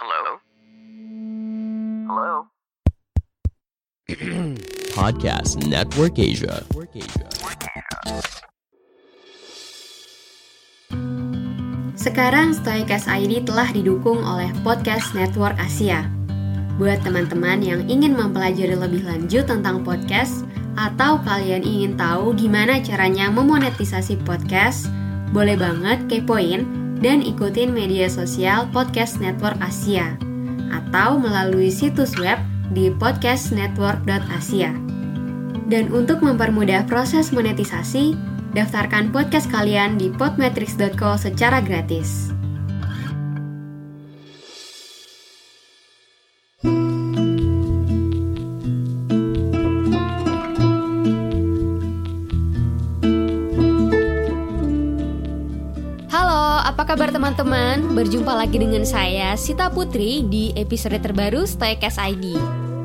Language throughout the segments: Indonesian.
Hello? Hello? Podcast Network Asia. Sekarang Stoikas ID telah didukung oleh Podcast Network Asia. Buat teman-teman yang ingin mempelajari lebih lanjut tentang podcast, atau kalian ingin tahu gimana caranya memonetisasi podcast, boleh banget kepoin dan ikutin media sosial Podcast Network Asia, atau melalui situs web di podcastnetwork.asia. Dan untuk mempermudah proses monetisasi, daftarkan podcast kalian di podmetrics.co secara gratis. Halo, apa kabar teman-teman? Berjumpa lagi dengan saya, Sita Putri, di episode terbaru Stoikas ID.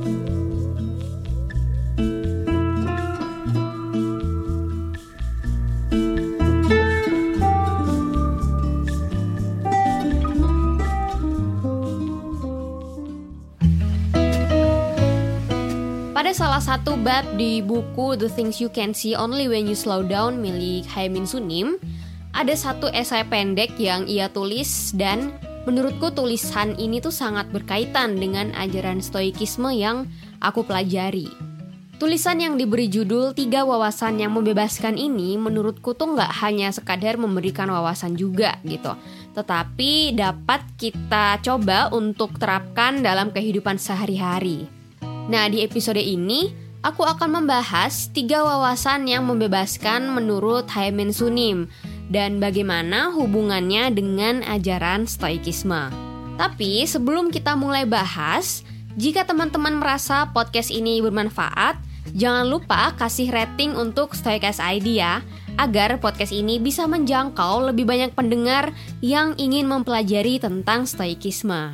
Pada salah satu bab di buku The Things You Can See Only When You Slow Down milik Haemin Sunim, ada satu esai pendek yang ia tulis dan menurutku tulisan ini tuh sangat berkaitan dengan ajaran stoikisme yang aku pelajari. Tulisan yang diberi judul 3 wawasan yang membebaskan ini menurutku tuh nggak hanya sekadar memberikan wawasan juga gitu, tetapi dapat kita coba untuk terapkan dalam kehidupan sehari-hari. Nah, di episode ini aku akan membahas 3 wawasan yang membebaskan menurut Haemin Sunim dan bagaimana hubungannya dengan ajaran stoikisme. Tapi sebelum kita mulai bahas, jika teman-teman merasa podcast ini bermanfaat, jangan lupa kasih rating untuk Stoikas ID ya, agar podcast ini bisa menjangkau lebih banyak pendengar yang ingin mempelajari tentang stoikisme.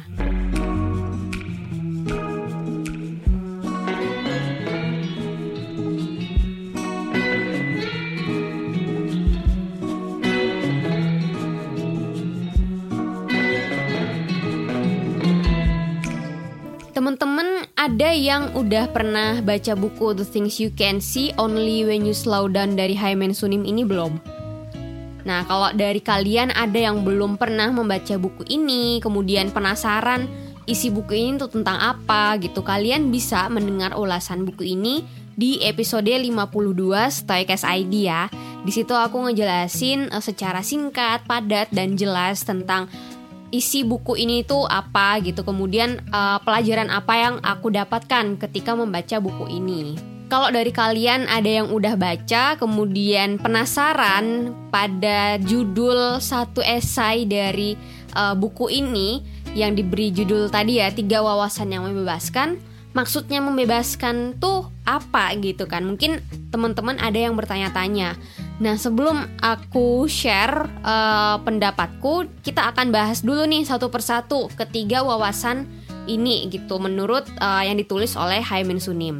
Teman-teman ada yang udah pernah baca buku The Things You Can See Only When You Slow Down dari Haemin Sunim ini belum? Nah, kalau dari kalian ada yang belum pernah membaca buku ini, kemudian penasaran isi buku ini tuh tentang apa gitu, kalian bisa mendengar ulasan buku ini di episode 52 Stoikas ID ya. Di situ aku ngejelasin secara singkat, padat, dan jelas tentang isi buku ini tuh apa gitu, kemudian pelajaran apa yang aku dapatkan ketika membaca buku ini. Kalau dari kalian ada yang udah baca kemudian penasaran pada judul satu esai dari buku ini yang diberi judul tadi ya, 3 wawasan yang membebaskan, maksudnya membebaskan tuh apa gitu kan, mungkin teman-teman ada yang bertanya-tanya. Nah, sebelum aku share pendapatku, kita akan bahas dulu nih satu persatu ketiga wawasan ini gitu, menurut yang ditulis oleh Haemin Sunim.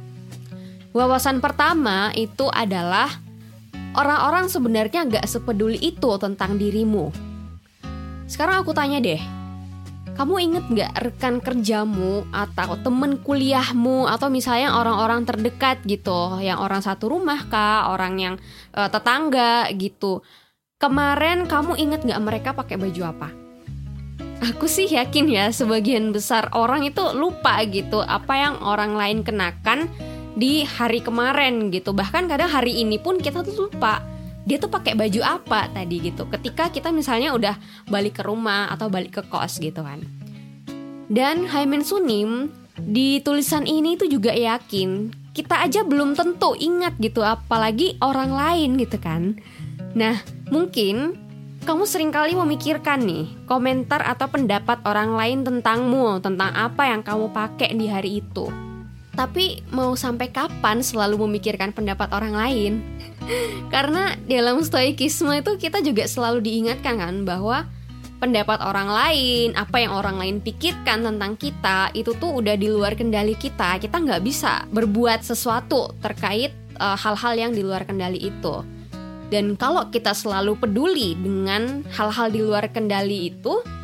Wawasan pertama itu adalah orang-orang sebenarnya gak sepeduli itu tentang dirimu. Sekarang aku tanya deh, kamu inget gak rekan kerjamu atau temen kuliahmu atau misalnya orang-orang terdekat gitu, yang orang satu rumah kah, orang yang tetangga gitu, kemarin kamu inget gak mereka pakai baju apa? Aku sih yakin ya sebagian besar orang itu lupa gitu apa yang orang lain kenakan di hari kemarin gitu. Bahkan kadang hari ini pun kita tuh lupa dia tuh pakai baju apa tadi gitu, ketika kita misalnya udah balik ke rumah atau balik ke kos gitu kan. Dan Haemin Sunim di tulisan ini tuh juga yakin kita aja belum tentu ingat gitu, apalagi orang lain gitu kan. Nah, mungkin kamu seringkali memikirkan nih komentar atau pendapat orang lain tentangmu, tentang apa yang kamu pakai di hari itu. Tapi mau sampai kapan selalu memikirkan pendapat orang lain? Karena dalam stoikisme itu kita juga selalu diingatkan kan bahwa pendapat orang lain, apa yang orang lain pikirkan tentang kita, itu tuh udah di luar kendali kita. Kita nggak bisa berbuat sesuatu terkait hal-hal yang di luar kendali itu. Dan kalau kita selalu peduli dengan hal-hal di luar kendali itu,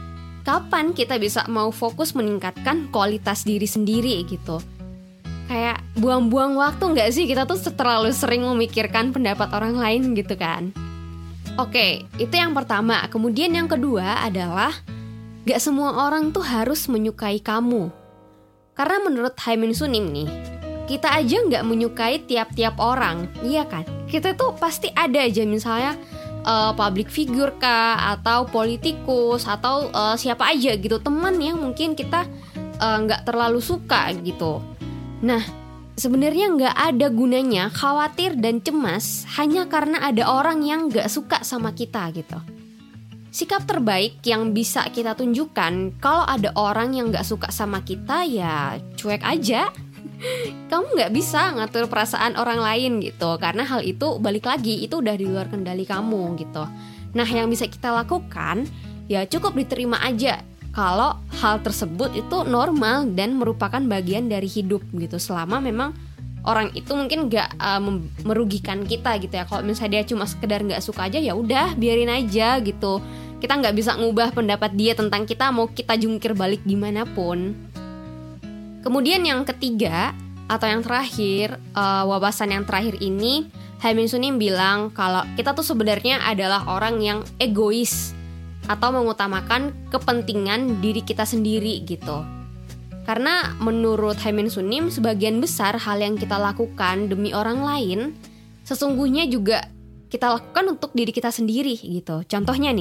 kapan kita bisa mau fokus meningkatkan kualitas diri sendiri gitu. Kayak buang-buang waktu gak sih kita tuh terlalu sering memikirkan pendapat orang lain gitu kan. Oke, itu yang pertama. Kemudian yang kedua adalah gak semua orang tuh harus menyukai kamu. Karena menurut Haemin Sunim nih, kita aja gak menyukai tiap-tiap orang, iya kan? Kita tuh pasti ada aja misalnya public figure kah, atau politikus, atau siapa aja gitu, teman yang mungkin kita gak terlalu suka gitu. Nah, sebenarnya nggak ada gunanya khawatir dan cemas hanya karena ada orang yang nggak suka sama kita gitu. Sikap terbaik yang bisa kita tunjukkan kalau ada orang yang nggak suka sama kita ya cuek aja. Kamu nggak bisa ngatur perasaan orang lain gitu, karena hal itu balik lagi itu udah di luar kendali kamu gitu. Nah, yang bisa kita lakukan ya cukup diterima aja kalau hal tersebut itu normal dan merupakan bagian dari hidup gitu, selama memang orang itu mungkin gak merugikan kita gitu ya. Kalau misalnya dia cuma sekedar gak suka aja ya udah biarin aja gitu. Kita gak bisa ngubah pendapat dia tentang kita, mau kita jungkir balik gimana pun. Kemudian yang ketiga atau yang terakhir, wawasan yang terakhir ini, Haemin Sunim bilang kalau kita tuh sebenarnya adalah orang yang egois atau mengutamakan kepentingan diri kita sendiri gitu. Karena menurut Haemin Sunim, sebagian besar hal yang kita lakukan demi orang lain sesungguhnya juga kita lakukan untuk diri kita sendiri gitu. Contohnya,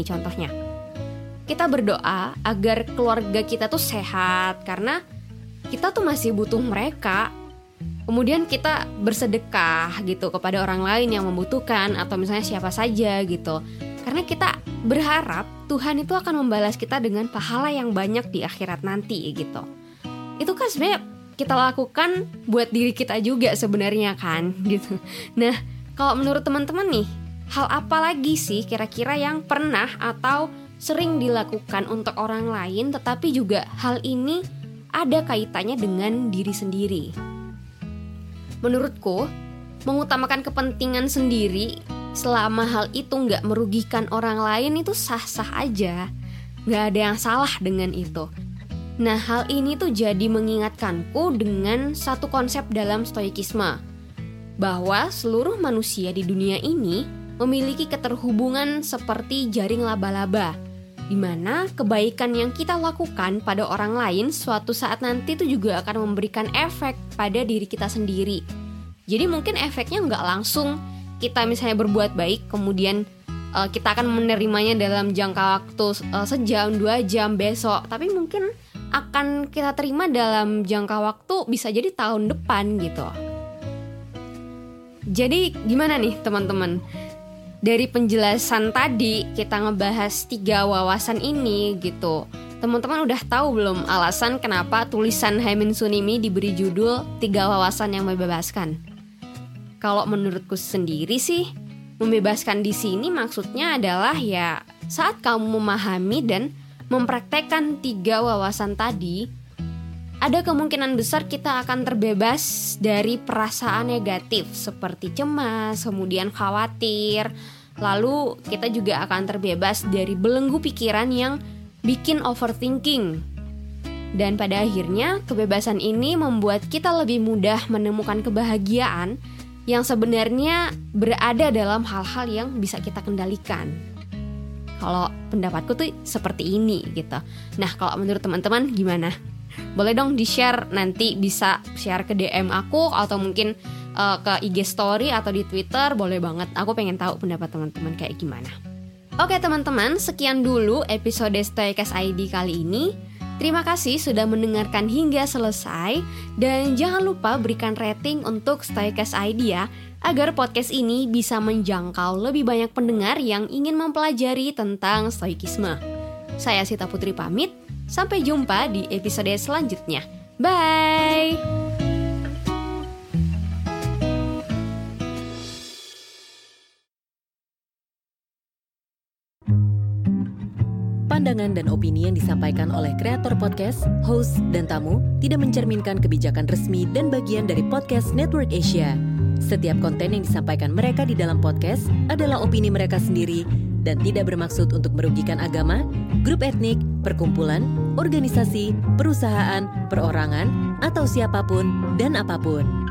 kita berdoa agar keluarga kita tuh sehat karena kita tuh masih butuh mereka. Kemudian kita bersedekah gitu kepada orang lain yang membutuhkan, atau misalnya siapa saja gitu. Karena kita berharap Tuhan itu akan membalas kita dengan pahala yang banyak di akhirat nanti gitu. Itu kan sebenarnya kita lakukan buat diri kita juga sebenarnya kan gitu. Nah, kalau menurut teman-teman nih, hal apa lagi sih kira-kira yang pernah atau sering dilakukan untuk orang lain, tetapi juga hal ini ada kaitannya dengan diri sendiri? Menurutku, mengutamakan kepentingan sendiri selama hal itu gak merugikan orang lain itu sah-sah aja. Gak ada yang salah dengan itu. Nah, hal ini tuh jadi mengingatkanku dengan satu konsep dalam stoikisme, bahwa seluruh manusia di dunia ini memiliki keterhubungan seperti jaring laba-laba, di mana kebaikan yang kita lakukan pada orang lain suatu saat nanti itu juga akan memberikan efek pada diri kita sendiri. Jadi mungkin efeknya nggak langsung kita misalnya berbuat baik, kemudian kita akan menerimanya dalam jangka waktu sejam, 2 jam besok, tapi mungkin akan kita terima dalam jangka waktu bisa jadi tahun depan gitu. Jadi gimana nih teman-teman? Dari penjelasan tadi kita ngebahas 3 wawasan ini gitu. Teman-teman udah tahu belum alasan kenapa tulisan Haemin Sunim diberi judul 3 wawasan yang membebaskan? Kalau menurutku sendiri sih, membebaskan di sini maksudnya adalah ya saat kamu memahami dan mempraktekkan 3 wawasan tadi, ada kemungkinan besar kita akan terbebas dari perasaan negatif seperti cemas, kemudian khawatir. Lalu kita juga akan terbebas dari belenggu pikiran yang bikin overthinking. Dan pada akhirnya kebebasan ini membuat kita lebih mudah menemukan kebahagiaan yang sebenarnya berada dalam hal-hal yang bisa kita kendalikan. Kalau pendapatku tuh seperti ini gitu. Nah, kalau menurut teman-teman gimana? Boleh dong di-share, nanti bisa share ke DM aku atau mungkin ke IG story atau di Twitter, boleh banget. Aku pengen tahu pendapat teman-teman kayak gimana. Oke teman-teman, sekian dulu episode Stoikas ID kali ini. Terima kasih sudah mendengarkan hingga selesai. Dan jangan lupa berikan rating untuk Stoikas ID ya, agar podcast ini bisa menjangkau lebih banyak pendengar yang ingin mempelajari tentang stoikisme. Saya Sita Putri pamit, sampai jumpa di episode selanjutnya. Bye! Pandangan dan opini yang disampaikan oleh kreator podcast, host, dan tamu tidak mencerminkan kebijakan resmi dan bagian dari podcast Network Asia. Setiap konten yang disampaikan mereka di dalam podcast adalah opini mereka sendiri dan tidak bermaksud untuk merugikan agama, grup etnik, perkumpulan, organisasi, perusahaan, perorangan, atau siapapun dan apapun.